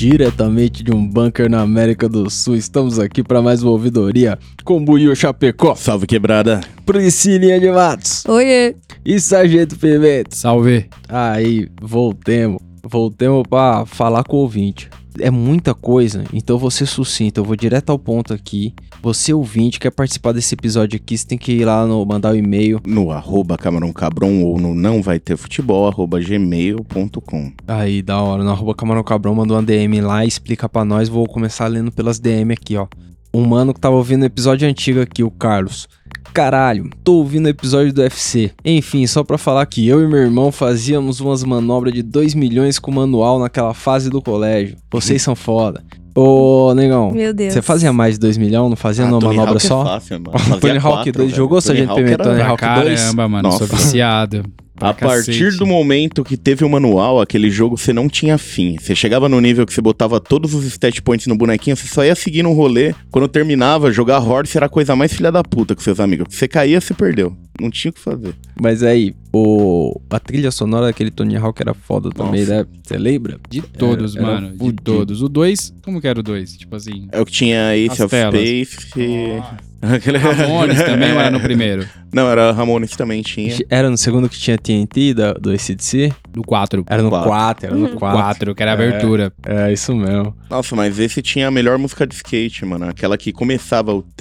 Diretamente de um bunker na América do Sul, estamos aqui para mais uma ouvidoria com Buiu Chapecó. Salve, quebrada. Priscilinha de Matos. Oiê. E Sargento Pimenta. Salve. Aí, voltemos para falar com o ouvinte. É muita coisa, então vou ser sucinto, eu vou direto ao ponto aqui. Você ouvinte, quer participar desse episódio aqui, você tem que ir lá mandar o e-mail. No @camarãocabron ou no nãovaiterfutebol@gmail.com. Aí, da hora, no @camarãocabron, mandou uma DM lá, explica pra nós, vou começar lendo pelas DM aqui, ó. Um mano que tava ouvindo o episódio antigo aqui, o Carlos. Caralho, tô ouvindo o episódio do UFC. Enfim, só pra falar que eu e meu irmão fazíamos umas manobras de 2 milhões com manual naquela fase do colégio. Vocês são foda. Ô, negão, Meu Deus. você fazia mais de 2 milhões? Não fazia numa Tony manobra Hawk só? É fácil, mano. Tony Hawk 2, jogou Sargento Pimenta? Tony Hawk 2? Caramba, mano, Nossa. sou viciado. A partir do momento que teve o manual, aquele jogo você não tinha fim. Você chegava no nível que você botava todos os stat points no bonequinho, você só ia seguir no rolê. Quando terminava, jogar Horse era a coisa mais filha da puta com seus amigos. Você caía, você perdeu. Não tinha o que fazer. Mas aí, a trilha sonora daquele Tony Hawk era foda também, né? Você lembra? De todos, Era mano. De fudido. todos. O 2, como que era o 2? Tipo assim... É o que tinha Ace As of telas. Space e... Ramones também, ou era no primeiro? Não, era Ramones também tinha. Era no segundo que tinha TNT do AC/DC? No 4. Era no Quatro. 4, era no 4. 4, que era a abertura. É, isso mesmo. Nossa, mas esse tinha a melhor música de skate, mano. Aquela que começava o...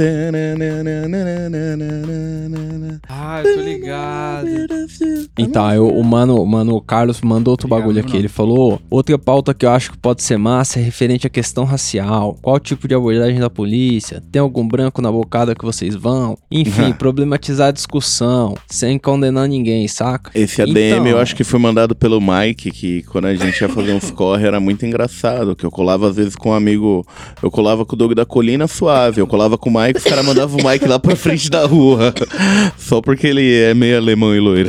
Ah, eu tô ligado. Então, aí o mano Carlos mandou outro Obrigado, bagulho aqui. não. Ele falou: outra pauta que eu acho que pode ser massa é referente à questão racial. Qual tipo de abordagem da polícia? Tem algum branco na bocada que vocês vão? Enfim, problematizar a discussão, sem condenar ninguém, saca? Esse ADM Então- eu acho que foi mandado pelo Mike, que quando a gente ia fazer uns corre era muito engraçado, que eu colava às vezes com um amigo, eu colava com o Doug da Colina suave, eu colava com o Mike, os caras mandavam o Mike lá pra frente da rua, só porque ele é meio alemão e loiro.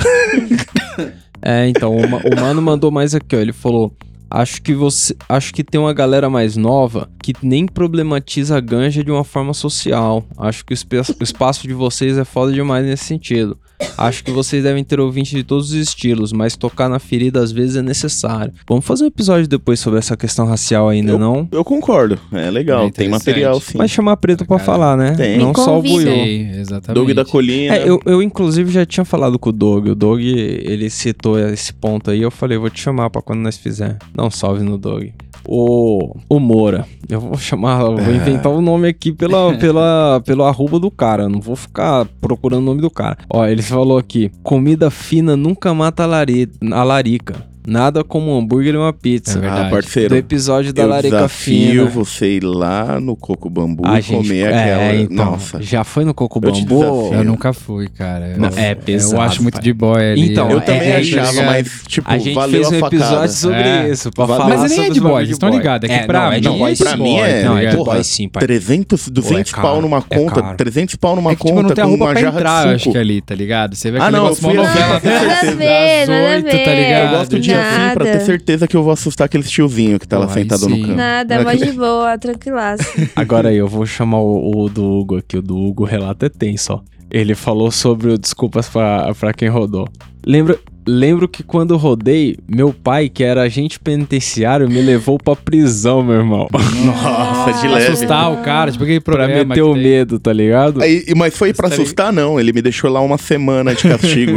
É, então, o mano mandou mais aqui, ó. Ele falou: Acho que tem uma galera mais nova que nem problematiza a ganja de uma forma social. Acho que o espaço de vocês é foda demais nesse sentido. Acho que vocês devem ter ouvintes de todos os estilos, mas tocar na ferida às vezes é necessário. Vamos fazer um episódio depois sobre essa questão racial ainda, não? Eu concordo, é legal, É tem interessante. material sim. Mas chamar preto pra Cara, falar, né? tem. Não só o Convida. Buiu. Sei, exatamente. Doug da Colina. É, eu inclusive já tinha falado com o Doug. O Doug, ele citou esse ponto aí. Eu falei, vou te chamar pra quando nós fizer. Dá um salve no Doug. O Moura. Eu vou vou inventar o nome aqui pelo arroba do cara. Eu não vou ficar procurando o nome do cara. Ó, ele falou aqui: comida fina nunca mata a larica. Nada como um hambúrguer e uma pizza. É verdade. parceiro, Do episódio da eu larica desafio fina. você ir lá no Coco Bambu A e gente, comer aquela... então, Nossa. já foi no Coco Eu te Bambu? desafio. Eu nunca fui, cara. Não, é pesado, Eu acho muito pai. de boy ali. Então, Eu também é achava, ligado? mas, tipo, A gente valeu fez um a facada. episódio sobre É. isso, pra Valeu. falar Mas nem é sobre de os boy, bagulho vocês estão boy. ligados? É que não, pra é de mim boy, é sim. Pra mim é, Não, é de porra, boy sim, pai. 200 caro, pau numa é conta, caro. 300 pau numa É que, tipo, conta não tem com arroba uma pra jarra entrar, de eu acho suco. que ali, tá ligado? Você vê Ah, aquele não, negócio, eu uma fui novela assim, Nada a certeza. ver, nada a das 8, tá ver. ligado? Eu gosto de ir assim pra ter Nada. certeza que eu vou assustar aquele tiozinho que tá lá Pô, aí sentado no sim. canto. Nada, mas de boa, tranquilaço. Agora aí, eu vou chamar o do Hugo aqui. O do Hugo, o relato é tenso, ó. Ele falou sobre o desculpas pra quem rodou. Lembro que quando rodei, meu pai, que era agente penitenciário, me levou pra prisão, meu irmão. Nossa, de Pra leve. assustar o cara, tipo aquele Pra programa meter o que tem. medo, tá ligado? Aí, mas foi pra Tá assustar, não. Ele me deixou lá uma semana de castigo.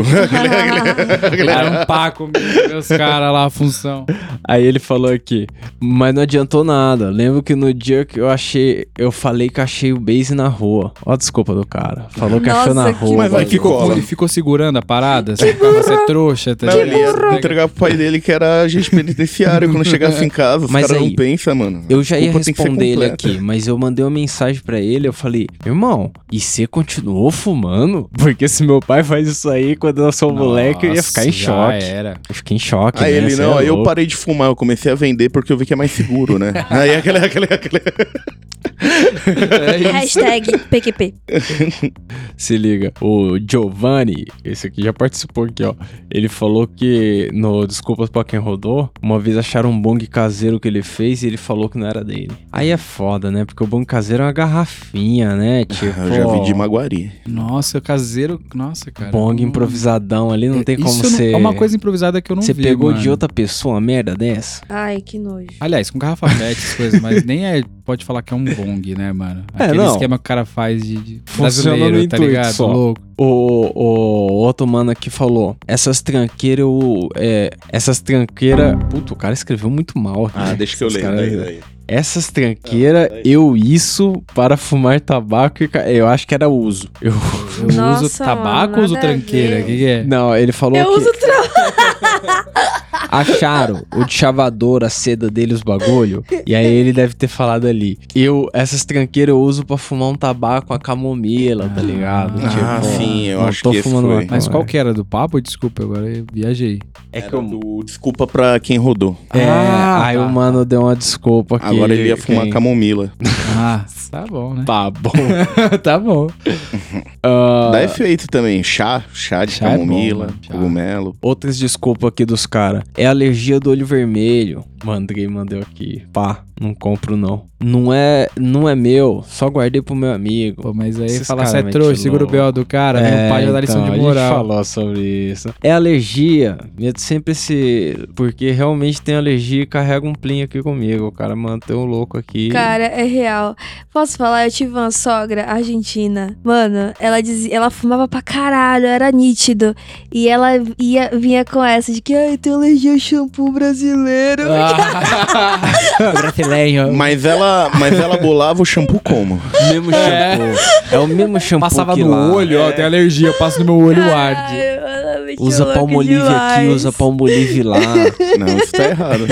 Era um paco, meus caras lá, a função. Aí ele falou aqui, mas não adiantou nada. Lembro que no dia que eu falei que achei o base na rua. Ó a desculpa do cara. Falou que achou na Nossa, que rua. Mas vai que cola. Ele ficou segurando a parada, assim, pra você trouxa, tá Não, ele ligado? ia entregar pro pai dele que era agente penitenciário. Quando chegasse em casa, os Mas caras aí, não pensam, mano. Eu já A ia culpa tem que ser responder ele completa. aqui, mas eu mandei uma mensagem pra ele, eu falei, irmão, e você continuou fumando? Porque se meu pai faz isso aí quando eu sou moleque, eu ia ficar em Nossa, já choque. era. Eu fiquei em choque, Aí né? ele, Cê não, é aí eu louco. parei de fumar, eu comecei a vender porque eu vi que é mais seguro, né? Aí aquele... É isso. Hashtag PQP. Se liga, o Giovanni, esse aqui já participou aqui, ó. Ele falou que no Desculpas pra Quem Rodou, uma vez acharam um bong caseiro que ele fez e ele falou que não era dele. Aí é foda, né? Porque o bong caseiro é uma garrafinha, né? Tipo, Eu já vi de Maguari. Nossa, caseiro. Nossa, cara. bong improvisadão ali, não tem como Isso você... É uma coisa improvisada que eu não vi. Você pegou mano. de outra pessoa uma merda dessa? Ai, que nojo. Aliás, com garrafa pet, essas coisas, mas nem é. Pode falar que é um bong, né, mano? Aquele não. esquema que o cara faz de Funciona no brasileiro, tá intuito ligado? só. Louco. O outro mano aqui falou, essas tranqueiras, Puta, o cara escreveu muito mal. Ah, deixa que eu Esses leio. caras- Daí. Essas tranqueiras, isso para fumar tabaco e... Eu acho que era uso. Eu Nossa, uso tabaco mano, ou uso nada a tranqueira? ver. O que é? Não, ele falou Eu que uso acharam o de chavador, a seda dele, os bagulho. E aí ele deve ter falado ali. Essas tranqueiras eu uso pra fumar um tabaco, a camomila, tá ligado? Ah, sim, eu não acho tô que esse fumando foi. maconha. Mas qual que era do papo? Desculpa, agora eu viajei. É Era que eu... do Desculpa pra Quem Rodou. Aí o mano deu uma desculpa aqui. Agora ele ia fumar camomila. Ah, tá bom, né? Tá bom. Tá bom. Dá efeito também. Chá de Chá é bom, camomila, mano, chá. cogumelo. Outras desculpas aqui dos caras. É alergia do olho vermelho. Mandou aqui. Pá, não compro não. Não é meu, só guardei pro meu amigo. Pô, mas aí Esses falar cara você é mete trouxa, segura o louco. B.O. do cara, meu pai já dá lição então, de a gente moral. falou sobre isso. É alergia. Medo sempre se... Porque realmente tem alergia e carrega um plim aqui comigo. O cara mantém um louco aqui. Cara, é real. Posso falar? Eu tive uma sogra argentina. Mano, ela fumava pra caralho, era nítido. E ela vinha com essa de que, ai, tem alergia ao shampoo brasileiro. Brasileiro. Mas ela bolava o shampoo como? Mesmo shampoo. É o mesmo shampoo Passava que no lá. olho, ó, tem alergia, eu passo no meu olho arde. Ai, mano, me Usa louca Palmolive aqui, demais. usa Palmolive lá. Não, isso tá errado.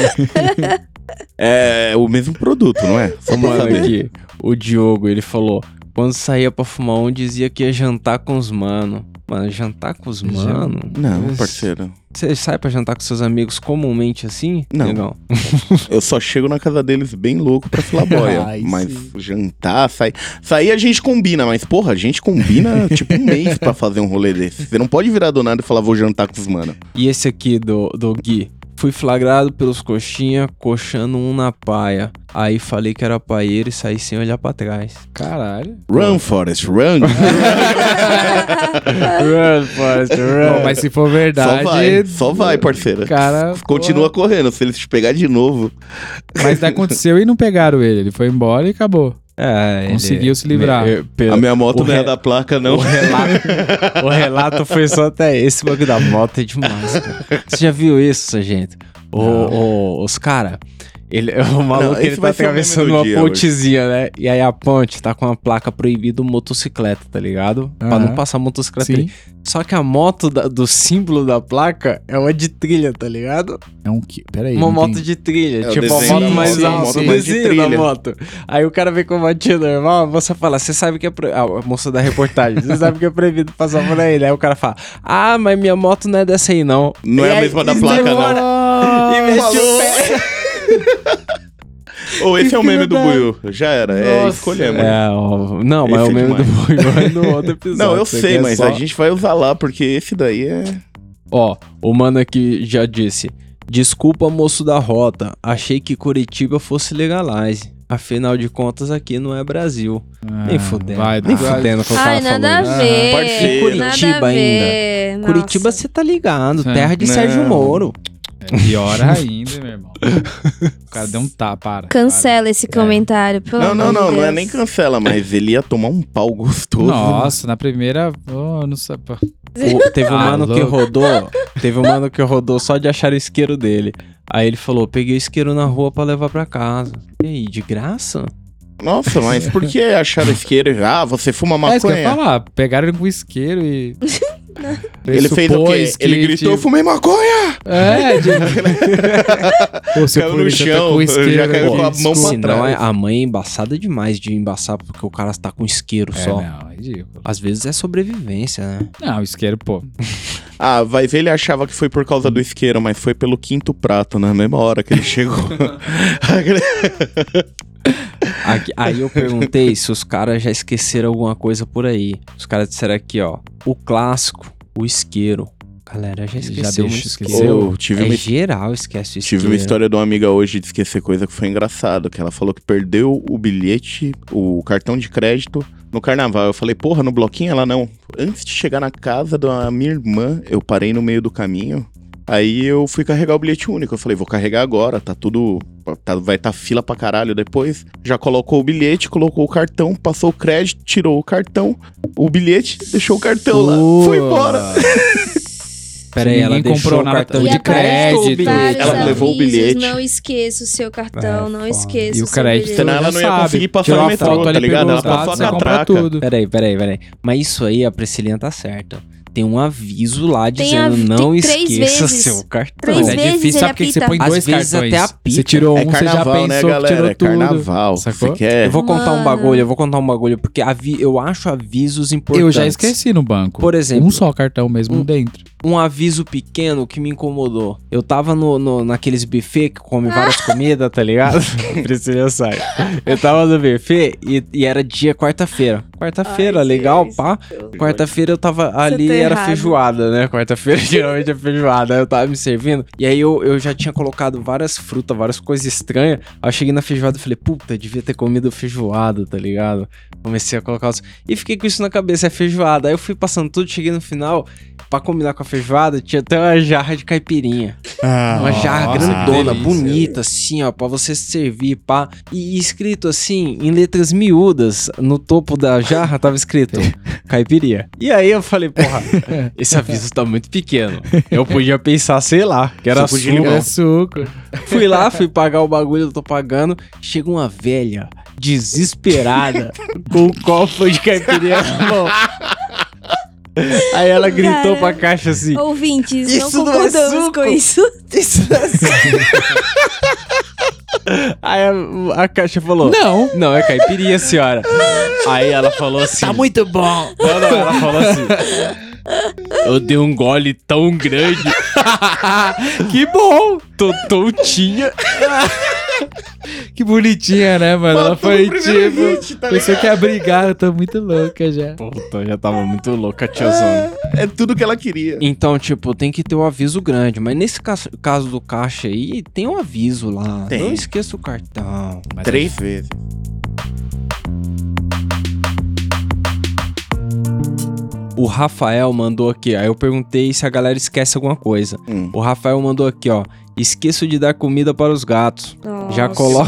É o mesmo produto, não é? Só pra Mano, saber. aqui, o Diogo, ele falou, quando saía pra fumar um, dizia que ia jantar com os mano. Mano, jantar com os mano? Não, parceiro. Você sai pra jantar com seus amigos comumente assim? Não. Legal. Eu só chego na casa deles bem louco pra filar boia. Ai, Mas sim. jantar, sair a gente combina. Mas, porra, a gente combina tipo um mês pra fazer um rolê desse. Você não pode virar do nada e falar, vou jantar com os mano. E esse aqui do Gui. Fui flagrado pelos coxinha coxando um na paia. Aí falei que era paieiro e saí sem olhar pra trás. Caralho. Run, Forrest, run. Run, Forrest, Bom, mas se for verdade... Só vai, parceira. Cara, Continua correndo. Se eles te pegar de novo. Mas aconteceu e não pegaram ele. Ele foi embora e acabou. É, Conseguiu se livrar. A minha moto o não é re- da placa, não. O relato foi só até esse bagulho da moto é demais, cara. Você já viu isso, gente? Os cara, o maluco Não, ele esse tá vai ser o meme atravessando do uma dia pontezinha, né? E aí a ponte tá com a placa proibido motocicleta, tá ligado? Pra não Aham. passar motocicleta Sim. ali. Só que a moto do símbolo da placa é uma de trilha, tá ligado? É um que... Peraí. Uma não moto entendi. de trilha, É, o tipo a desenho moto da mais moto, a alta, moto o mais de desenho da trilha. moto. Aí o cara vem com a motinha normal, a moça fala, você sabe que é a moça da reportagem, você sabe que é proibido passar por aí, né? Aí o cara fala, ah, mas minha moto não é dessa aí não. Não é E a aí, mesma da isso placa, demora. não. E mete o pé. Ou esse Que é o meme filho do da- Buiu. Já era. É, Nossa. escolhemos. Não, mas Esse o é meme do demais. Boi vai no outro episódio. Não, eu isso sei, aqui é mas só- a gente vai usar lá, porque esse daí é... Ó, o mano aqui já disse, desculpa moço da rota, achei que Curitiba fosse legalize. Afinal de contas, aqui não é Brasil. Nem fudendo. Vai, Nem vai. fudendo com o Ai, cara nada falou a isso. ver. parceiro. nada Curitiba a ver. Nossa. Curitiba, você tá ligado, Sim. terra de Não. Sérgio Moro. É pior ainda, meu irmão. O cara deu um tapa, Cancela esse comentário, pelo Não, amor de não é Deus. nem cancela, mas ele ia tomar um pau gostoso. Nossa, na primeira... Oh, não sei... pô. Teve um Ah, mano que louco. rodou. Teve um mano que rodou só de achar o isqueiro dele. Aí ele falou: peguei o isqueiro na rua pra levar pra casa. E aí, de graça? Nossa, mas por que acharam isqueiro? Ah, você fuma É isso que eu ia maconha. falar. Pegaram ele com isqueiro e... Ele fez o quê? Pressupôs que, Ele gritou, tipo, eu fumei maconha! É, de... Pô, seu Caiu no polícia tá chão, com isqueiro já caiu aqui, com a mão desculpa. pra Senão trás. a mãe é embaçada demais de embaçar porque o cara tá com isqueiro só. Não, é ridículo. Às vezes é sobrevivência, né? Não, isqueiro, pô. Ah, vai ver, ele achava que foi por causa do isqueiro, mas foi pelo quinto prato, na mesma hora que ele chegou. Aí eu perguntei se os caras já esqueceram alguma coisa por aí. Os caras disseram aqui, ó. O clássico, o isqueiro. Galera, já esqueceu muito isqueiro. Eu tive uma geral, esquece o isqueiro. Tive uma história de uma amiga hoje de esquecer coisa que foi engraçado. Que ela falou que perdeu o bilhete, o cartão de crédito no carnaval. Eu falei, porra, no bloquinho? Ela não. Antes de chegar na casa da minha irmã, eu parei no meio do caminho. Aí eu fui carregar o bilhete único. Eu falei, vou carregar agora, tá tudo... vai tá fila pra caralho depois. Já colocou o bilhete, colocou o cartão, passou o crédito, tirou o cartão, o bilhete, deixou o cartão lá. Foi embora. Peraí, ela deixou o cartão de crédito. Ela levou o bilhete. Não esqueça o seu cartão, não esqueça e o o seu crédito, bilhete. Senão ela não ia sabe. conseguir passar Tirou no a metrô, foto, tá ele ligado? pegou Ela os dados, passou você a compra catraca. tudo. Peraí. Mas isso aí a Priscilinha tá certa. Tem um aviso lá Tem dizendo não tem 3 esqueça vezes. seu cartão. 3 Mas é vezes difícil, ele sabe por que você apita. põe Às dois vezes cartões? até apita. Você tirou um, É você já carnaval, pensou né, que galera? tirou É tudo. carnaval. Sacou? Você quer... Eu vou contar um Mano. bagulho, porque eu acho avisos importantes. Eu já esqueci no banco. Por exemplo, Um só cartão mesmo dentro. um aviso pequeno que me incomodou. Eu tava naqueles buffet que come várias comidas, tá ligado? Priscila sai. Eu tava no buffet e era dia quarta-feira. Quarta-feira, Ai, legal, Jesus. pá. Quarta-feira eu tava ali, tá era errado. feijoada, né? Quarta-feira geralmente é feijoada. Aí eu tava me servindo. E aí eu já tinha colocado várias frutas, várias coisas estranhas. Aí eu cheguei na feijoada e falei, puta, devia ter comido feijoada, tá ligado? Comecei a colocar os... E fiquei com isso na cabeça, é feijoada. Aí eu fui passando tudo, cheguei no final, pra combinar com a feijoada, tinha até uma jarra de caipirinha. Uma jarra nossa, grandona, que delícia. bonita, assim, ó, pra você servir, pá. E escrito assim, em letras miúdas, no topo da jarra tava escrito caipirinha. E aí eu falei, porra, esse aviso tá muito pequeno. Eu podia pensar, sei lá, que era Suco de suco. limão. É suco. Fui lá, fui pagar o bagulho, eu tô pagando. Chega uma velha, desesperada, com um copo de caipirinha na mão. Aí ela gritou Cara. pra caixa assim: Ouvintes, Isso não não é concordamos suco. com isso. Isso não é suco. Aí a caixa falou: Não, é caipirinha, senhora. Aí ela falou assim: Tá muito bom. Não, ela falou assim: Eu dei um gole tão grande. Que bom. Tô tontinha. Que bonitinha, né, mano? Ela foi primeiro tipo... hit, tá Pensou que ia brigar, eu tô muito louca já. Puta, eu já tava muito louca, tiazona. É tudo que ela queria. Então, tipo, tem que ter o aviso grande. Mas nesse caso do caixa aí, tem um aviso lá. Tem. Não esqueça o cartão. Mas 3 vezes. O Rafael mandou aqui. Aí eu perguntei se a galera esquece alguma coisa. O Rafael mandou aqui, ó. Esqueço de dar comida para os gatos. Já coloca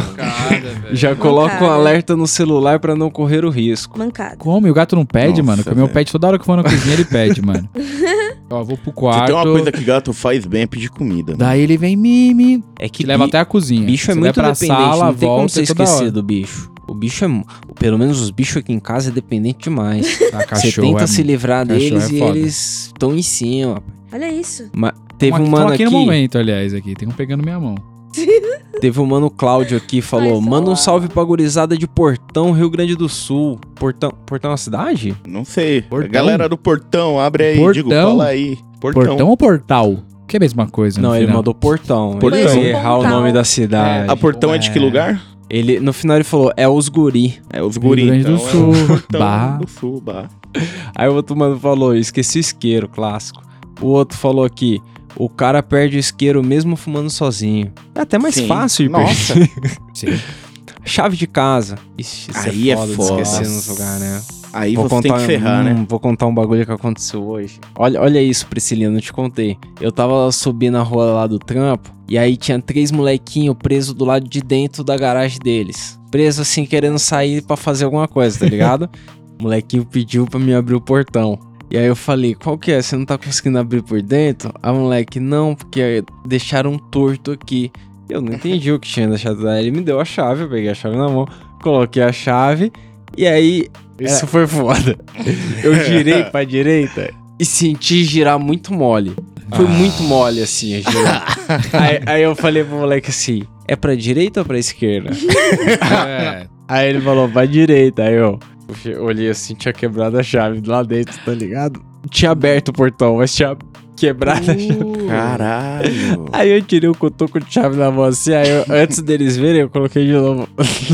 um alerta no celular pra não correr o risco. Mancada. Come? O gato não pede, Nossa, mano? Porque o meu velho. pede toda hora que eu for na cozinha, ele pede, mano. Ó, vou pro Se quarto. tem uma coisa que gato faz bem é pedir comida. Né? Daí ele vem mime. É que Te leva até a cozinha. bicho é Você muito vai pra dependente. sala, Não tem como volta você toda esquecer hora. do bicho. O bicho é... Pelo menos os bichos aqui em casa é dependente demais. Ah, Você cachorro tenta é- se livrar cachorro deles é e foda. eles estão em cima. Olha isso. Mas teve Tamo um mano aqui aqui... no momento, aliás, aqui. Tem um pegando minha mão. Teve um mano Cláudio aqui, falou: Vai manda um falar. salve pra gurizada de Portão, Rio Grande do Sul. Portão é uma cidade? Não sei. Portão? A galera do portão, abre aí. Portão? Digo, fala aí. Portão ou portal? Que é a mesma coisa, Não, no ele final. mandou Portão. Portão. Ele ia errar o Portal. nome da cidade. A portão é de que lugar? Ele, no final ele falou: é os guri. É os Rio guri, Grande do então. Sul. É o portão Bah. do sul, bah. Aí o outro mano falou: esqueci o isqueiro, clássico. O outro falou aqui: o cara perde o isqueiro mesmo fumando sozinho. É até mais Sim. fácil de Nossa. perder. Sim. Chave de casa. Ixi, isso Aí é foda de foda. esquecer nos lugares, né? Aí você tem que ferrar, né? Vou contar um bagulho que aconteceu hoje. Olha isso, Priscilinha, não te contei. Eu tava subindo a rua lá do trampo, e aí tinha 3 molequinhos presos do lado de dentro da garagem deles. Preso assim, querendo sair pra fazer alguma coisa, tá ligado? O molequinho pediu pra me abrir o portão. E aí eu falei: qual que é? Você não tá conseguindo abrir por dentro? A moleque: não, porque deixaram torto aqui. Eu não entendi o que tinha deixado. Aí ele me deu a chave, eu peguei a chave na mão, coloquei a chave, e aí... Isso foi foda. Eu girei pra direita e senti girar muito mole. Foi muito mole, assim, a girar. aí eu falei pro moleque assim: é pra direita ou pra esquerda? É. Aí ele falou: pra direita. Aí eu olhei assim, tinha quebrado a chave lá dentro, tá ligado? Tinha aberto o portão, mas tinha quebrada. Caralho. Aí eu tirei o cotoco de chave na mão assim, aí antes deles verem, eu coloquei de novo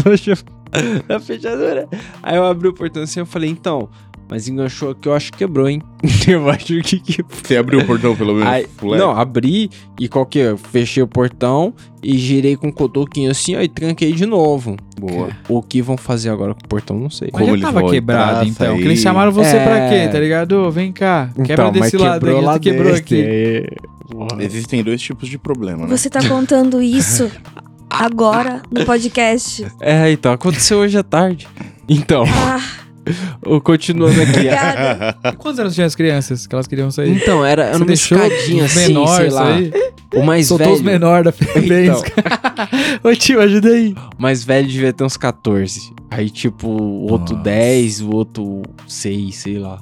na fechadura. Aí eu abri o portão assim, eu falei, então, mas enganchou aqui, eu acho que quebrou, hein? Eu acho que Você abriu o portão pelo menos? Aí, não, abri e fechei o portão e girei com o cotoquinho assim, ó, e tranquei de novo. Boa. O que vão fazer agora com o portão, não sei. Mas Como já eles tava vão quebrado, entrar, então. sair? Que eles chamaram você É. pra quê, tá ligado? Vem cá, quebra Então, desse mas lado quebrou aí, lá você quebrou desse, aqui. aí, porra. Existem dois tipos de problema, né? Você tá contando isso agora no podcast. É, então, aconteceu hoje à tarde. Então, continuando aqui. Obrigada. E quantos anos tinham as crianças que elas queriam sair? Então, era Você uma deixou escadinha os assim, menores sei lá. aí? O mais Soltou velho... os menores da parabéns. Ô tio, ajuda aí. O mais velho devia ter uns 14. Aí, tipo, o outro Nossa. 10, o outro 6, sei lá.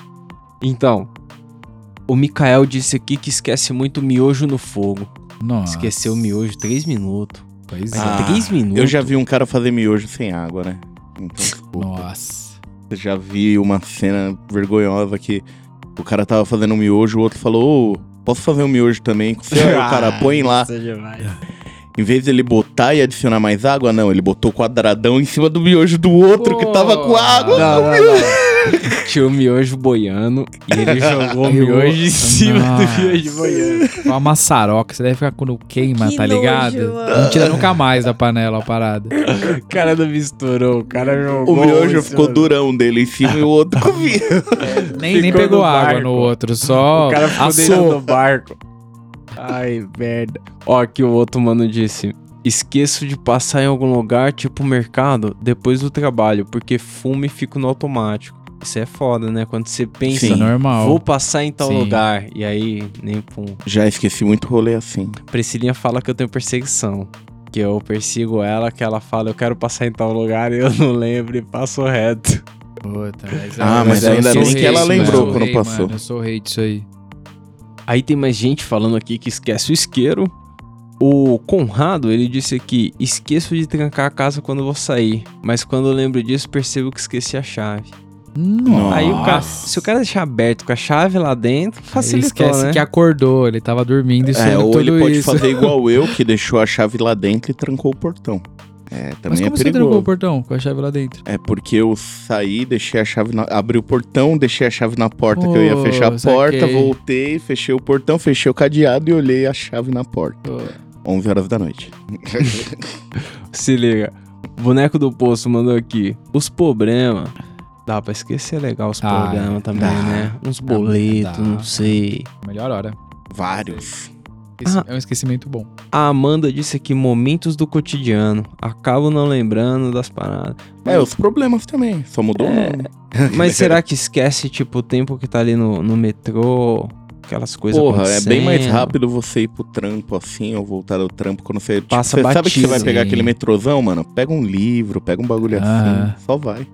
Então, o Mikael disse aqui que esquece muito miojo no fogo. Nossa. Esqueceu o miojo 3 minutos. Pois Mas é. Ah, 3 minutos? Eu já vi um cara fazer miojo sem água, né? Então, desculpa. Nossa. Eu já vi uma cena vergonhosa que o cara tava fazendo um miojo, o outro falou, ô, posso fazer um miojo também com você? Aí o cara põe lá. Em vez de ele botar e adicionar mais água, não, ele botou quadradão em cima do miojo do outro que tava com água. Não. Tinha o miojo boiando e ele jogou o miojo em cima do miojo boiando. Uma maçaroca, você deve ficar quando queima, Que tá ligado? nojo, mano. Não tira nunca mais da panela a parada. O cara não misturou, o cara jogou. O miojo em ficou cima do- durão dele em cima e o outro comia. Nem Ficou pegou no água barco. no outro, só O cara ficou dentro assou. do barco. Ai, merda. Ó, aqui o outro mano disse: esqueço de passar em algum lugar, tipo mercado, depois do trabalho, porque fumo e fico no automático. Isso é foda, né? Quando você pensa, Isso é normal. vou passar em tal Sim. lugar, e aí nem pum. Já esqueci muito rolê assim. Priscilinha fala que eu tenho perseguição. Que eu persigo ela, que ela fala, eu quero passar em tal lugar, e eu não lembro e passo reto. Puta, Mas eu ainda sou bem que rei, ela mano. lembrou Eu sou quando rei, passou. mano, eu sou rei disso aí. Aí tem mais gente falando aqui que esquece o isqueiro. O Conrado, ele disse aqui, esqueço de trancar a casa quando vou sair, mas quando eu lembro disso, percebo que esqueci a chave. Nossa. Aí o cara, se o cara deixar aberto com a chave lá dentro, Ele facilitou, esquece né? que acordou, ele tava dormindo e sonhando Ou tudo ele pode isso. fazer igual eu, que deixou a chave lá dentro e trancou o portão. É, Mas também como é você trancou o perigoso. portão com a chave lá dentro? É porque eu saí, deixei a chave abri o portão, deixei a chave na porta que eu ia fechar a porta, saquei. voltei, fechei o portão, fechei o cadeado e olhei a chave na porta. Pô, 11 horas da noite. Se liga. O boneco do poço mandou aqui. Os problemas. Dá pra esquecer legal os Ah, problemas também, dá. né? Uns boletos, dá. não sei. melhor hora. Vários. Esse é um esquecimento bom. A Amanda disse aqui, momentos do cotidiano. Acabo não lembrando das paradas. É, os problemas também, só mudou o nome. Mas será que esquece, tipo, o tempo que tá ali no metrô? Aquelas coisas Porra, é bem mais acontecendo? rápido você ir pro trampo assim, ou voltar do trampo quando você... Tipo, Passa você sabe que você batido. vai pegar Sim. aquele metrôzão, mano? Pega um livro, pega um bagulho Ah. assim, só vai.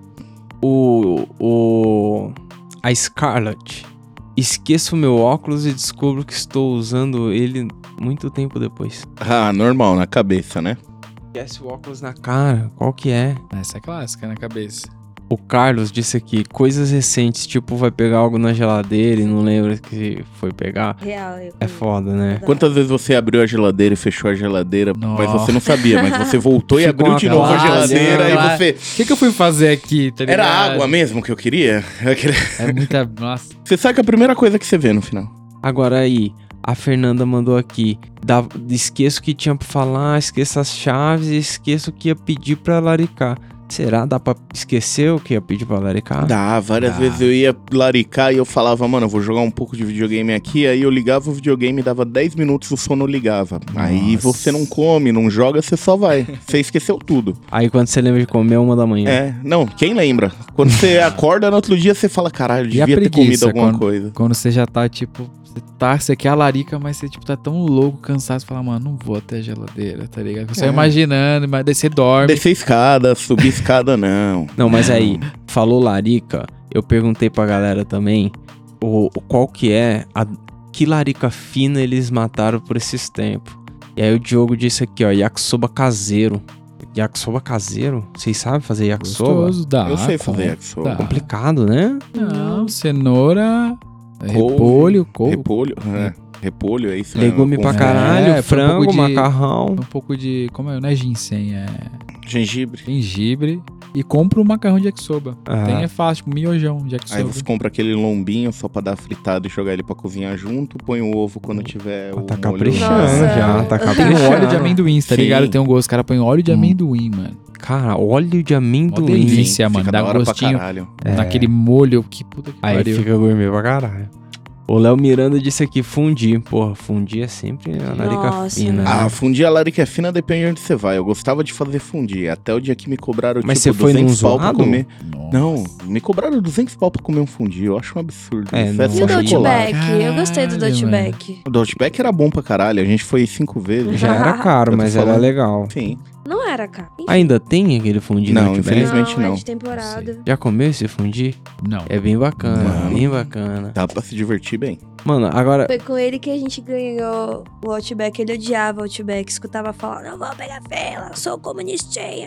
A Scarlett. Esqueço meu óculos e descubro que estou usando ele muito tempo depois. Ah, normal, na cabeça, né? Esquece o óculos na cara, qual que é? Essa é clássica na cabeça. O Carlos disse aqui, coisas recentes, tipo, vai pegar algo na geladeira e não lembra que foi pegar. Real. É foda, né? Quantas vezes você abriu a geladeira e fechou a geladeira, mas Nossa. você não sabia, mas você voltou e Ficou abriu de novo a aquela- geladeira aquela- e você... O que eu fui fazer aqui, tá ligado? Era água mesmo que eu queria? É muita... Nossa. Você sabe que é a primeira coisa que você vê no final. Agora aí, a Fernanda mandou aqui, esqueço que tinha pra falar, esqueço as chaves e esqueço que ia pedir pra laricar. Será? Dá pra esquecer o que ia pedir pra laricar? Dá, várias Dá. vezes eu ia laricar e eu falava, mano, eu vou jogar um pouco de videogame aqui, aí eu ligava o videogame e dava 10 minutos o sono ligava. Aí Nossa. você não come, não joga, você só vai. Você esqueceu tudo. Aí quando você lembra de comer, 1h da manhã. É, não, quem lembra? Quando você acorda no outro dia, você fala, caralho, E a devia ter comido preguiça, alguma coisa. Quando você já tá, tipo... Você quer a larica, mas você, tipo, tá tão louco, cansado. Você fala, mano, não vou até a geladeira, tá ligado? Você imaginando, mas daí você dorme. Descer escada, subir escada, não. Não, mas aí, falou larica, eu perguntei pra galera também qual que é, que larica fina eles mataram por esses tempos. E aí o Diogo disse aqui, ó, yakisoba caseiro. Yakisoba caseiro? Vocês sabem fazer yakisoba? Gostoso, dá. Eu sei fazer yakisoba. dá. Complicado, né? Não, cenoura... Repolho, couve. Repolho, é isso. Legume pra couve. caralho, foi um frango, pouco de- macarrão. Um pouco de... Como é? Não é ginseng, é Gengibre. gengibre. E compra um macarrão de yakisoba. Ah. Tem é fácil, tipo miojão de yakisoba. Aí você compra aquele lombinho só pra dar fritado e jogar ele pra cozinhar junto. Põe o ovo quando tiver o Tá molho. caprichando Nossa. já, tá Tem caprichando. o óleo de amendoim, tá Sim. ligado? Tem um gosto. Os caras põem óleo de amendoim, mano. Cara, óleo de Mó amendoim. delícia, mano. Fica Dá da hora pra gostinho caralho. naquele molho. Que puta que Aí pariu. fica gourmet pra caralho. O Léo Miranda disse aqui, fundi. Porra, fundi é sempre a larica Nossa. fina. Ah, né? fundir a larica fina depende de onde você vai. Eu gostava de fazer fundir. Até o dia que me cobraram, Mas tipo, você foi num 200 pau pra zoado? comer. Nossa. Não, me cobraram 200 pau pra comer um fundir. Eu acho um absurdo. É, Isso não. E o só Caralho, chocolate. Outback? Eu gostei do Caralho, Outback. O Outback era bom pra caralho. A gente foi 5 vezes. Já era caro, Eu tô mas era falando. legal. Sim. Não era, cara. Enfim. Ainda tem aquele fundi no Não, Outback? infelizmente não. não. É de temporada. Já comeu esse fundi? Não. É bem bacana, Mano. bem bacana. Dá pra se divertir bem. Mano, agora... Foi com ele que a gente ganhou o Outback. Ele odiava o Outback. Escutava falar, não vou pegar fila, eu sou comunistinha.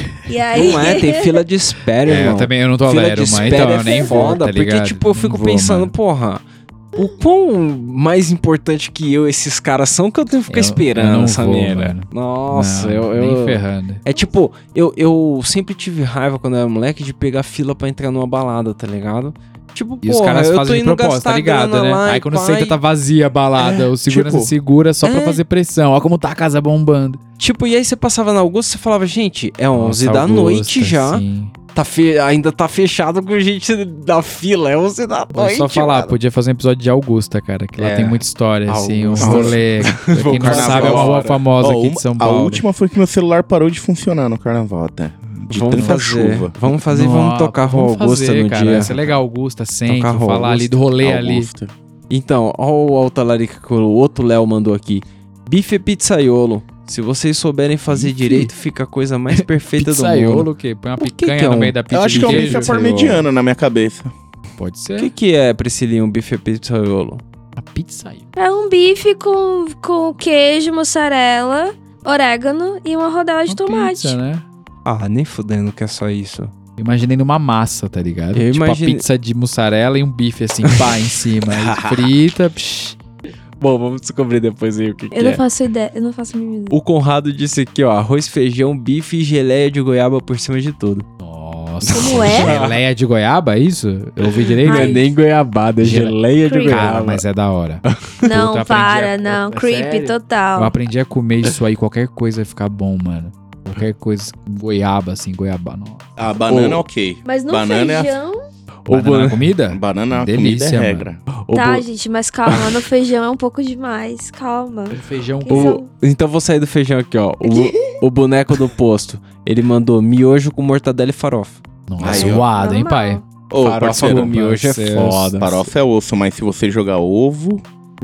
E aí... Não é, tem fila de espera, É, irmão. eu não Fila tolero, de mas espera então é eu nem vou, foda, tá ligado? porque, tipo, eu Não fico vou, pensando, mano. porra, o quão mais importante que eu esses caras são que eu tenho que ficar Eu esperando não essa vou, merda. mano. Nossa, Não, eu... nem ferrando. É tipo, eu sempre tive raiva quando eu era moleque de pegar fila pra entrar numa balada, tá ligado? Tipo, E os porra, caras eu tô fazem de indo propósito, gastar tá ligado, grana né? lá Aí e quando pá, você entra, tá vazia a balada, o segurança tipo, segura só pra é. fazer pressão. Ó como tá a casa bombando. Tipo, e aí você passava na Augusta e você falava, gente, é 11 Nossa, da noite Augusta, já. sim. Ainda tá fechado com gente da fila, é 11 da Vou noite. só falar, mano. podia fazer um episódio de Augusta, cara, que lá É. tem muita história, assim, um Augusta. rolê. Pra quem não Carnaval. sabe, é uma rua famosa Ó, aqui de São A Paulo. última foi que meu celular parou de funcionar no carnaval até. De Vamos tanta fazer, chuva. vamos fazer e vamos Nossa, tocar Rua vamos Augusta fazer, no cara. dia. Isso é legal, Augusta, centro, Tocar Rua falar ali Augusta. do rolê ali. Augusta. Então, ó o alta larica que o outro Léo mandou aqui. Bife pizzaiolo. Se vocês souberem fazer Bife? direito, fica a coisa mais perfeita do Pizzaiolo, mundo. o quê? Põe uma O que picanha que é no um- meio da pizza Eu acho de que é um queijo? bife parmegiano na minha cabeça. Pode O ser. que é, Priscilinha, um bife pizzaiolo? A pizzaiolo. É um bife com queijo, mussarela, orégano e uma rodela de Uma tomate. pizza, né? Ah, nem fudendo que é só isso. Imaginei numa massa, tá ligado? Eu Tipo imagine- a pizza de mussarela e um bife assim, pá, em cima. Aí frita, psh. Bom, vamos descobrir depois aí o que Eu não faço ideia, eu não faço a mínima ideia. O Conrado disse aqui, ó, arroz, feijão, bife e geleia de goiaba por cima de tudo. Nossa. Como é? Geleia de goiaba, é isso? Eu ouvi direito? Ai. nem goiabada, é geleia de Cream. Cara, mas é da hora. Não, Puta, para, aprendi não. É Creepy sério? Eu total. aprendi a comer isso aí, qualquer coisa vai ficar bom, mano. Qualquer coisa, goiaba, assim, goiaba, nossa. A banana Ô. é ok. Mas no Banana é a- feijão... Banana na comida? Banana Delícia, comida é mano. regra. Tá, gente, mas calma, no feijão é um pouco demais. Calma. Um feijão Que com... são- Então vou sair do feijão aqui, ó. O boneco do posto. Ele mandou miojo com mortadela e farofa. Nossa, Aí, ó. zoado, hein, Normal. pai? Ô, Farofa parceiro, com miojo é parceiro, foda. farofa é osso, mas se você jogar ovo,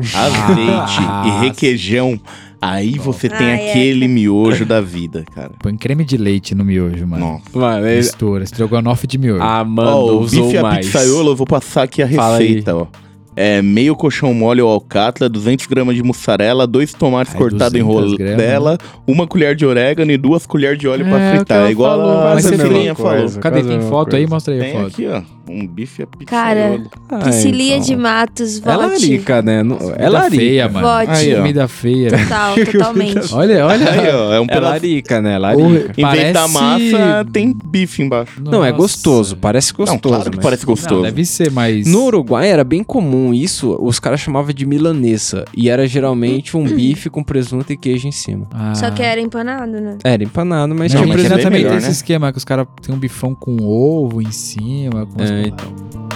azeite e requeijão, aí você tem Ai, é. aquele miojo da vida, cara. Põe creme de leite no miojo, mano. Nossa. Mano, ele... Mistura, estrogonofe de miojo. Ah, mano, Ó, o usou bife a mais. pizzaiolo, eu vou passar aqui a Fala aí. receita, ó. É meio colchão mole ou alcatra, 200 gramas de mussarela, 2 tomates Ai, cortados em 200 gramas, rodela, 1 colher de orégano e 2 colheres de ôneo É, pra o que fritar. ela É igual falou, a mas você Cecilinha falou. falou. Coisa. Cadê? quase a Tem mesma foto aí? coisa. Mostra aí a Tem foto. aqui, ó, um bife a pizzaiolo. Cara, Ah, Priscilia então. de Matos, É vote. larica, né? É Comida larica. feia, mano. Vote. Aí, ó. Comida feia. Total, totalmente. Olha, olha. Aí, ó, é um É pedaço. larica, né? Oi. Larica. Em vez da Parece- massa, tem bife embaixo. Não, é Nossa. gostoso. Parece gostoso. Não, claro que mas- parece gostoso. Não, deve ser, mas... No Uruguai era bem comum isso, os caras chamavam de milanesa. E era geralmente um bife com presunto e queijo em cima. Ah. Só que era empanado, né? Era empanado, mas Não, tinha mas é presunto bem também melhor, tem né? esse esquema que os caras têm um bifão com ovo em cima. Com as É, paradas. então.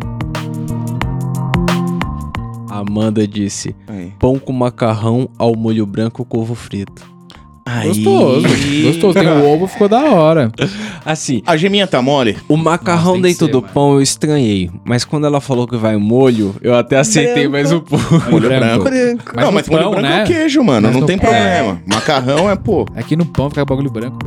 Amanda disse: Aí. pão com macarrão ao molho branco com ovo frito. Aí. Gostoso. Gostoso. Tem o ovo, ficou da hora. Assim, A geminha tá mole? o macarrão Nossa, tem que dentro ser, do mano. pão eu estranhei. Mas quando ela falou que vai o molho, eu até aceitei mais um pouco. Molho branco. branco. Mas não, no mas molho pão, branco né? é queijo, mano. Mas Não no tem pão. problema. Macarrão é, pô. Aqui no pão fica bagulho branco.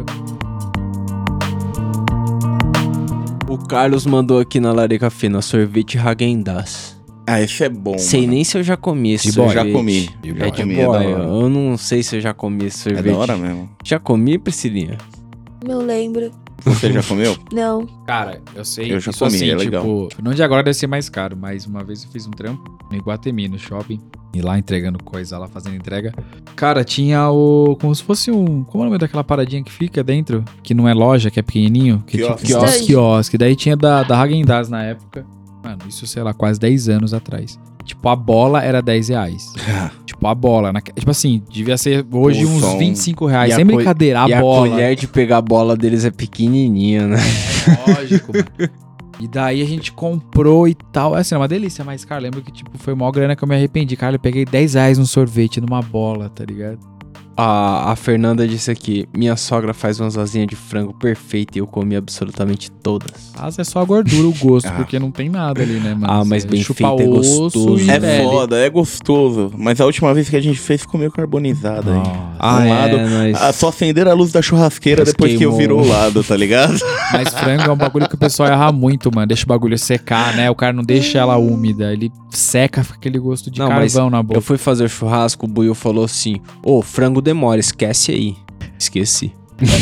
O Carlos mandou aqui na Larica Fina sorvete Häagen-Dazs. Ah, esse é bom. Sei mano. nem se eu já comi esse De boy. Eu já sorvete. comi. É de comi, boy. é da hora. Eu não sei se eu já comi esse É sorvete. da hora mesmo. Já comi, Priscilinha? Não lembro. Você já comeu? Não. Cara, eu sei. Eu já isso comi, assim, é legal. tipo, não de agora deve ser mais caro, mas uma vez eu fiz um trampo no Iguatemi, no shopping, e lá entregando coisa, lá fazendo entrega. Cara, tinha como se fosse como é o nome daquela paradinha que fica dentro? Que não é loja, que é pequenininho? Que Quiosque. Tipo, Quiosque. quiosque. Daí tinha da Häagen-Dazs na época. Mano, isso, sei lá, quase 10 anos atrás. Tipo, a bola era R$10. Tipo, a bola. Tipo assim, devia ser hoje O uns som. R$25. E a Sem brincadeira, e a bola. a colher de pegar a bola deles é pequenininha, né? Lógico, mano. E daí a gente comprou e tal. Assim, é uma delícia, mas, cara, lembro que, tipo, foi mó grana que eu me arrependi. Cara, eu peguei R$10 num sorvete, numa bola, tá ligado? A Fernanda disse aqui, minha sogra faz umas asinhas de frango perfeita e eu comi absolutamente todas. Asa é só a gordura, o gosto, Ah. porque não tem nada ali, né, mano? Ah, mas Você bem chupa feito é osso gostoso. e É pele. foda, é gostoso. Mas a última vez que a gente fez ficou meio carbonizada. Hein? Nossa. Um lado, só acender a luz da churrasqueira Mas depois que eu queimou. virou o lado, tá ligado? Mas frango é um bagulho que o pessoal erra muito, mano. Deixa o bagulho secar, né? O cara não deixa ela úmida. Ele seca, fica aquele gosto de Não, mas carvão na boca. Eu fui fazer o churrasco, o Buiu falou assim, frango demora, esquece aí. Esqueci.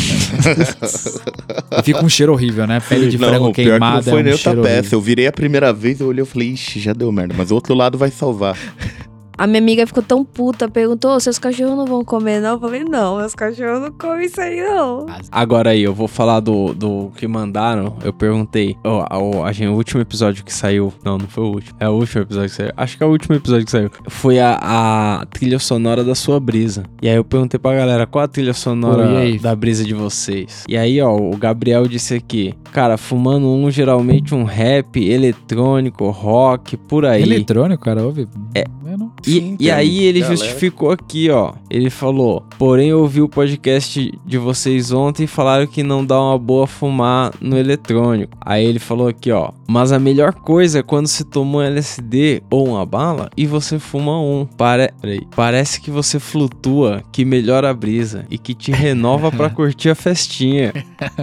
E fica um cheiro horrível, né? Pele de frango o pior que queimada não foi é nem um outra cheiro peça. horrível. Eu virei a primeira vez, eu olhei e falei, ixi, já deu merda. Mas o outro lado vai salvar. A minha amiga ficou tão puta, perguntou, seus cachorros não vão comer não? Eu falei, não, meus cachorros não comem isso aí não. Agora aí, eu vou falar do que mandaram. Eu perguntei, o último episódio que saiu, não foi o último, é o último episódio que saiu, acho que é o último episódio que saiu, foi a trilha sonora da sua brisa. E aí eu perguntei pra galera, qual a trilha sonora Pô, e aí? da brisa de vocês? E aí, o Gabriel disse aqui, cara, fumando geralmente um rap, eletrônico, rock, por aí. Eletrônico, cara, ouve? Eu não... Sim, E tem aí ele galera. justificou aqui, ele falou, porém eu ouvi o podcast de vocês ontem e falaram que não dá uma boa fumar no eletrônico. Aí ele falou aqui, mas a melhor coisa é quando você toma um LSD ou uma bala e você fuma um. Parece que você flutua, que melhora a brisa e que te renova pra curtir a festinha.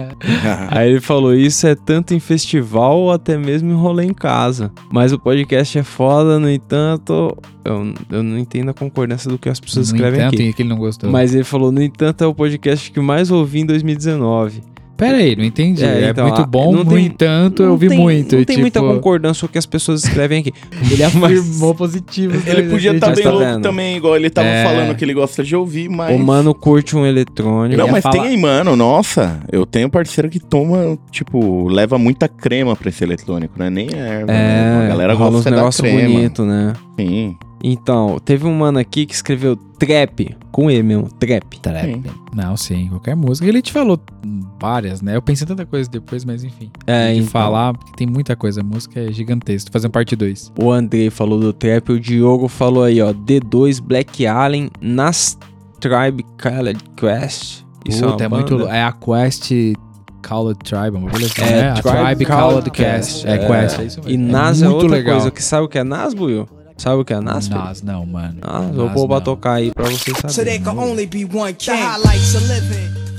Aí ele falou, isso é tanto em festival ou até mesmo em rolê em casa. Mas o podcast é foda, no entanto... Eu não entendo a concordância do que as pessoas escrevem aqui. Tem que ele não gostou. Mas ele falou, no entanto, é o podcast que mais ouvi em 2019. Pera aí, não entendi. É então, muito bom, não no tem- entanto, eu ouvi muito. Não tem tipo, muita concordância com o que as pessoas escrevem aqui. Ele afirmou positivo. Ele podia estar Mas bem tá louco vendo? também, igual ele tava É. falando que ele gosta de ouvir, mas... O mano curte um eletrônico. Não, ia mas falar- tem aí, mano, nossa, eu tenho parceiro que toma, tipo, leva muita crema pra esse eletrônico, né? Nem erva, né? A galera rola uns gosta da negócios crema. bonitos, né? Sim. Então, teve um mano aqui que escreveu trap, com E mesmo, trap. Sim. Não, sim, qualquer música. Ele te falou várias, né? Eu pensei em tanta coisa depois, mas enfim. É, de então. falar, porque tem muita coisa. A música é gigantesca. Tô fazendo parte 2. O Andrei falou do trap, o Diogo falou aí, D2, Black Alien, Nas Tribe Called Quest. Isso Puta, é uma muito. banda? É a Quest Called Tribe, uma coisa assim, É, né? A Tribe Tribe Called Called Quest. É Quest, é isso mesmo. E Nas é muito outra legal. coisa. Que sabe o que é Nas, Buiu? Sabe o que é Nas? Felipe? Nas, não, mano. Ah, eu Nas, vou pra não. tocar aí pra vocês So saberem. there can only be one king. The highlights of living.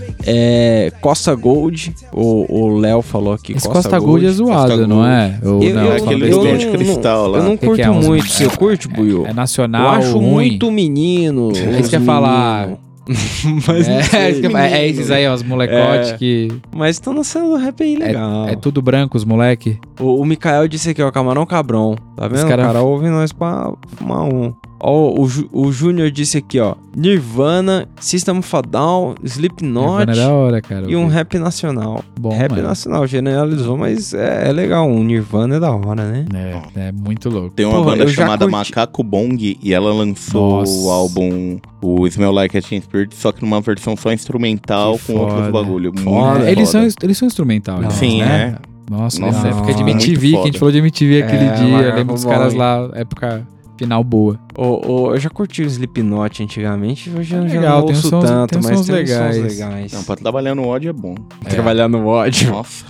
Costa Gold, o Léo falou aqui. Esse Costa Gold é zoado, Costa não Gold. é? Ou Eu- não, eu- é falando aquele eu besteira. Gold de cristal lá. Eu não Que curto é uns- muito. Você curte, Buiu? É nacional, Eu acho ruim. muito menino. É isso os que eu ia falar. menino. Mas não sei. É esses aí, ó, os molecotes que... Mas estão nascendo rap aí legal. É tudo branco, os moleque. O Mikael disse aqui, ó, Camarão Cabrão. Tá vendo? cara- O cara ouve nós pra fumar um. Ó, o Júnior disse aqui, ó. Nirvana, System of a Down, Slipknot Nirvana é da hora, cara. e um rap nacional. Bom, Rap mano. nacional, generalizou, mas é legal. Um Nirvana é da hora, né? É muito louco. Tem uma Porra, banda eu já chamada curti- Macaco Bong e ela lançou Nossa. o álbum o Smell Like Teen Spirit, só que numa versão só instrumental Que com outros foda. bagulho. Muito Foda. Eles foda. são instrumental, Não. Sim, né? é. Nossa, Nossa, na época de muito MTV, que a gente foda. falou de MTV aquele É, dia. Eu Macaco lembro dos Bong. caras lá, época final boa. Eu já curti o Slipknot antigamente, hoje eu já legal, não tem uns ouço sons- tanto, tem uns mas sons tem uns legais. sons legais. Não, pra trabalhar no ódio é bom. Trabalhar no ódio. Nossa.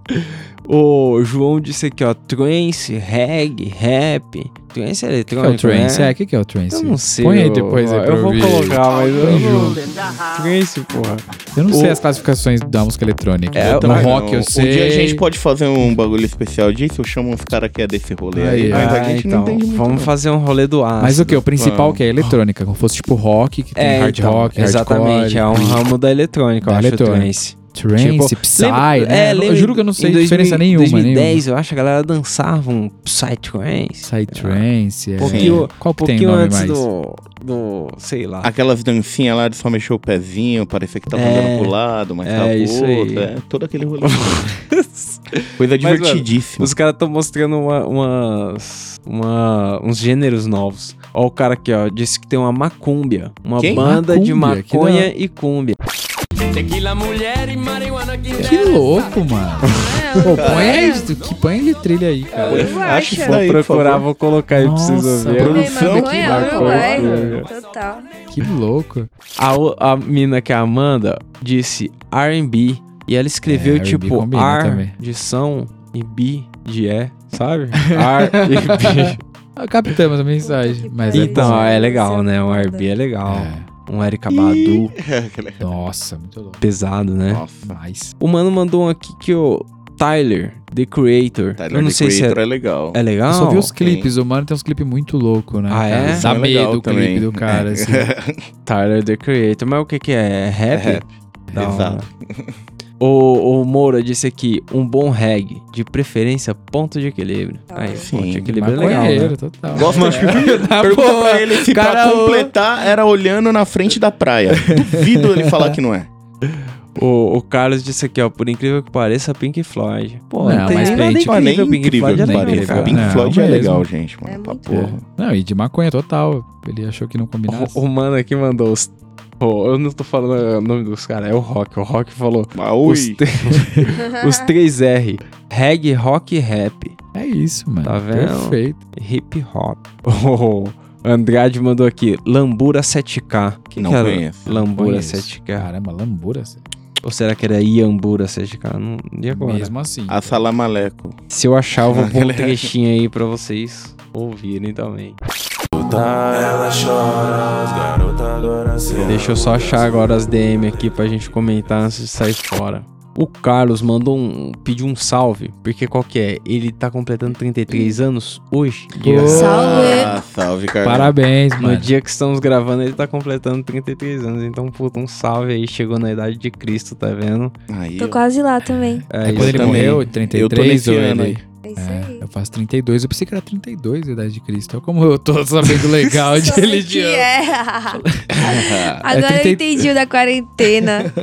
O João disse aqui, ó, trance, reggae, rap. Trance é O que é eletrônico, o trance? né? O que é o trance? Eu não sei. Põe aí depois aí pra eu vou ouvir. colocar, mas eu Põe não... junto. Trance, porra. Eu não sei O- as classificações da música eletrônica. É, no também rock não. eu sei. Um dia a gente pode fazer um bagulho especial disso, eu chamo uns caras que é desse rolê aí, Aí, mas a Ah, gente então, não entende muito. vamos não. fazer um rolê do ácido. Mas o que? O principal Vamos. que é eletrônica, como fosse tipo rock, que tem hard então, rock, exatamente, hardcore. é um ramo da eletrônica, eu Da acho, eletrônica. o trance. Trance, Psy, né? Eu lembra juro que eu não sei em diferença nenhuma. 2010, eu acho que a galera dançava um Psytrance. Psytrance, Pouquinho, Qual que tem pouquinho nome antes mais? do, sei lá. Aquelas dancinhas lá de só mexer o pezinho, parecia que tava andando pro lado, mas tava isso pro aí. outro. Todo aquele rolê. Coisa Mas, mano, divertidíssima. Os caras estão mostrando uns gêneros novos. Ó, o cara aqui, ó, disse que tem uma macúmbia. Uma Quem? banda de Macúmbia? Que maconha da- e cúmbia. Que louco, mano. Pô, põe ele trilha aí, cara. Acho isso Vou aí, por procurar, favor. vou colocar aí pra vocês Nossa, ouvirem. produção, Maconha, que vai, maconha. total. Que louco. A mina que é a Amanda disse R&B. E ela escreveu R&B tipo combina R também. de são e B de sabe? R e B. Captamos a mensagem. Mas Então, bom. é legal, né? Um R&B é legal. É. Um Erika Badu, Nossa, muito louco. pesado, né? Nossa. Mas. O mano mandou um aqui que o Tyler, The Creator. Tyler, eu não The sei se Creator é, é legal. é legal. Eu só vi os clipes. O mano tem uns clipes muito loucos, né? Ah, cara? é? Dá É legal medo o clipe também. do cara, assim. Tyler, The Creator. Mas o que é? É rap? É rap. Da hora. Exato. O Moura disse aqui, um bom reggae, de preferência ponto de equilíbrio. Aí, Sim, ponto de equilíbrio é legal, Maconheiro, né? total. Gosta de Pergunta pra ele se cara, pra completar era olhando na frente da praia. Duvido ele falar que não é. O Carlos disse aqui, ó, por incrível que pareça, Pink Floyd. Pô, Não, não tem mas nada Pink- Mas nem incrível, Pink incrível Floyd que é legal, pareça. cara. Pink Não, Floyd é mesmo. legal, gente, mano. É Pra muito porra. Não, e de maconha total. Ele achou que não combinasse. O mano aqui mandou os... Pô, eu não tô falando o nome dos caras, é o Rock. O Rock falou Ah, os, ui. os 3R. Reggae, rock e rap. É isso, mano. Tá vendo? Perfeito. Hip hop. O Andrade mandou aqui, Lambura 7K. Que Não que é conheço. Lambura Conheço. 7K. Caramba, lambura. Ou será que era Iambura 7K? Não, e agora? Mesmo assim. Assalamaleco. Se eu achar, eu vou pôr um trechinho aí pra vocês ouvirem também. Deixa eu só achar agora as DM aqui pra gente comentar antes de sair fora. O Carlos pediu um salve, porque qual que é? Ele tá completando 33 anos hoje. Boa. Salve. Ah, salve, cara. Parabéns, No mano. dia que estamos gravando, ele tá completando 33 anos. Então, puta, um salve aí. Chegou na idade de Cristo, tá vendo? Aí, Tô ó. quase lá também. É, É isso quando ele também. morreu, Eu tô 33 nesse ou ano ele... aí. É isso É, aí. eu faço 32. Eu pensei que era 32 a idade de Cristo. Olha como eu tô sabendo legal de Sabe religião. que é. Agora eu 30. entendi o da quarentena.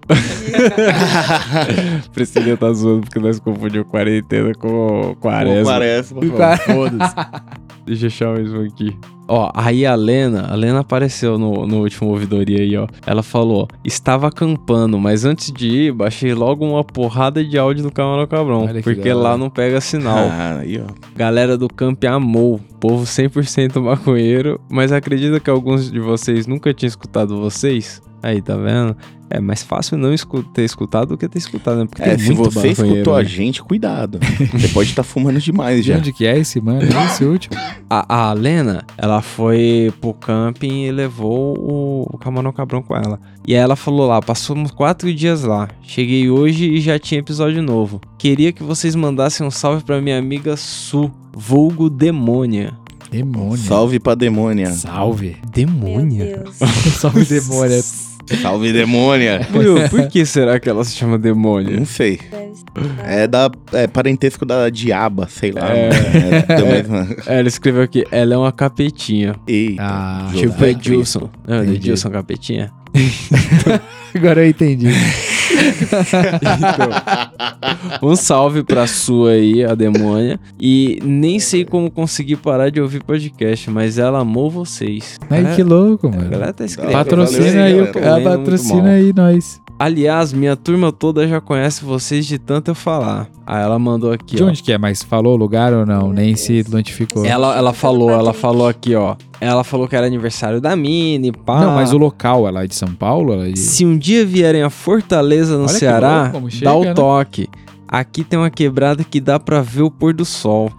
Priscila tá zoando porque nós confundimos quarentena com quaresma. Quaresma. Pô, foda-se. Deixa eu achar mesmo aqui. Ó, aí a Lena apareceu no último ouvidoria aí, ó. Ela falou, estava acampando, mas antes de ir, baixei logo uma porrada de áudio do Camarão Cabrão, Olha que porque da hora. lá não pega sinal. Ah, aí, ó. Galera do camp amou, povo 100% maconheiro, mas acredita que alguns de vocês nunca tinham escutado vocês? Aí, tá vendo? É mais fácil não ter escutado do que ter escutado, né? Porque É, tem se muito você maconheiro, escutou a né? gente, cuidado. Você pode estar fumando demais De já. onde que é esse, mano? Esse último? A Lena, ela foi pro camping e levou o Camarão Cabrão com ela. E aí ela falou lá, passamos 4 dias lá. Cheguei hoje e já tinha episódio novo. Queria que vocês mandassem um salve pra minha amiga Su, vulgo Demônia. Demônio. Salve pra demônia. Salve. Meu Demônia? Deus. Salve, demônio. Salve, demônia. Por que será que ela se chama Demônia? Não sei. Deve ser. É parentesco da diaba, sei lá. É. Da mesma... Ela escreveu aqui, ela é uma capetinha. Eita. Ah, Tipo José Edilson. Não, Entendi. Edilson Capetinha. agora eu entendi. Um salve pra sua aí, a demônia. E nem sei como conseguir parar de ouvir podcast, mas ela amou vocês. Ai, que louco, mano. Ela tá escrevendo. Patrocina Valeu aí, aí, Eu tô galera. lendo muito patrocina mal. aí nós. Aliás, minha turma toda já conhece vocês de tanto eu falar. Aí ela mandou aqui, De ó. onde que é? Mas falou o lugar ou não? Meu Nem Deus. se notificou. Ela falou Patente. aqui, ó. Ela falou que era aniversário da Mini, pá. Não, mas o local, ela é de São Paulo? Ela é de... Se um dia vierem a Fortaleza, no Olha que Ceará, louco, como chega, dá o né? toque. Aqui tem uma quebrada que dá pra ver o pôr do sol.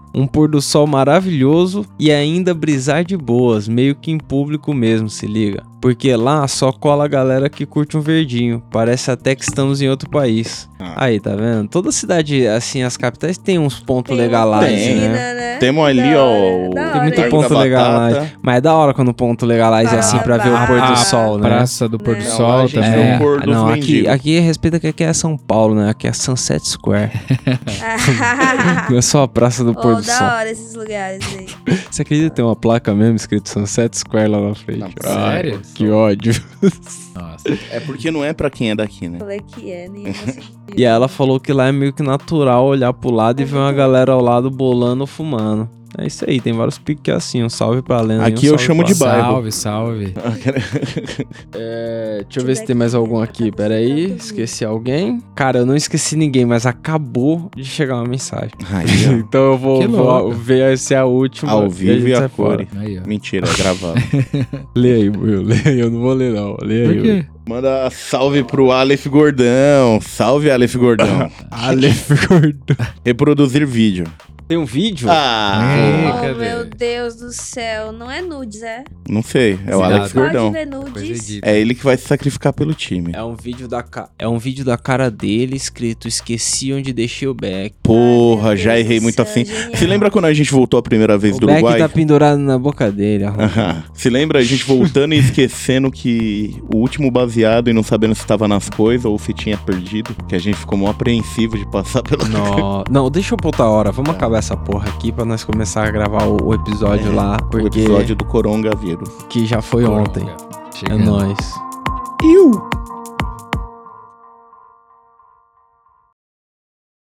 Um pôr do sol maravilhoso e ainda brisar de boas, meio que em público mesmo, se liga. Porque lá só cola a galera que curte um verdinho. Parece até que estamos em outro país. Aí, tá vendo? Toda cidade, assim, as capitais tem uns pontos legalize, né? Temos ali, ó, Tem muito ponto legalize. Mas é da hora quando o ponto legalize é assim pra ver o pôr do sol, né? Praça do pôr do Não, sol a gente também. vê o pôr dos Não, mendigos. aqui respeita que aqui é São Paulo, né? Aqui é Sunset Square. Não é só a Praça do Pôr do Sol. Da hora esses lugares aí. Você acredita que tem uma placa mesmo escrito Sunset Square lá na frente? Na Ai, sério? que ódio. Nossa. É porque não é pra quem é daqui, né? Falei que é, nem você. E ela falou que lá é meio que natural olhar pro lado e ver uma galera ao lado bolando ou fumando. É isso aí, tem vários piques que é assim. Um salve pra Lena. Aqui e um eu salve chamo pra- de bairro. Salve, salve. Deixa eu ver se tem mais algum aqui. Pera aí, esqueci alguém. Cara, eu não esqueci ninguém, mas acabou de chegar uma mensagem. Aí, Então eu vou Que louco. ver se é a última. ó, ao a vivo gente e sai a fora. cor. Aí, ó. Mentira, é gravado. Lê aí, Will. Lê aí, eu não vou ler não. Lê aí. Por quê? Manda salve pro Aleph Gordão. Salve, Aleph Gordão. Aleph Gordão. Reproduzir vídeo. Tem um vídeo? É. Oh, Cadê? meu Deus do céu. Não é nudes, é? Não sei, é o Sim, Aleph pode Gordão. Pode ver Coisa nudes. edita. É ele que vai se sacrificar pelo time. É um vídeo da cara dele escrito esqueci onde deixei o Beck. Porra, Ai, meu já Deus errei do muito céu, assim. genial. Se lembra quando a gente voltou a primeira vez O do Beck Uruguai? tá pendurado na boca dele. Se lembra a gente voltando e esquecendo que o último baseado e não sabendo se tava nas coisas ou se tinha perdido? Que a gente ficou mó apreensivo de passar pela... Não, deixa eu botar a hora. Vamos acabar essa porra aqui pra nós começar a gravar o episódio lá. O Porque episódio do coronavírus. que já foi ontem. Coronga. É Chegando. nóis. Iu!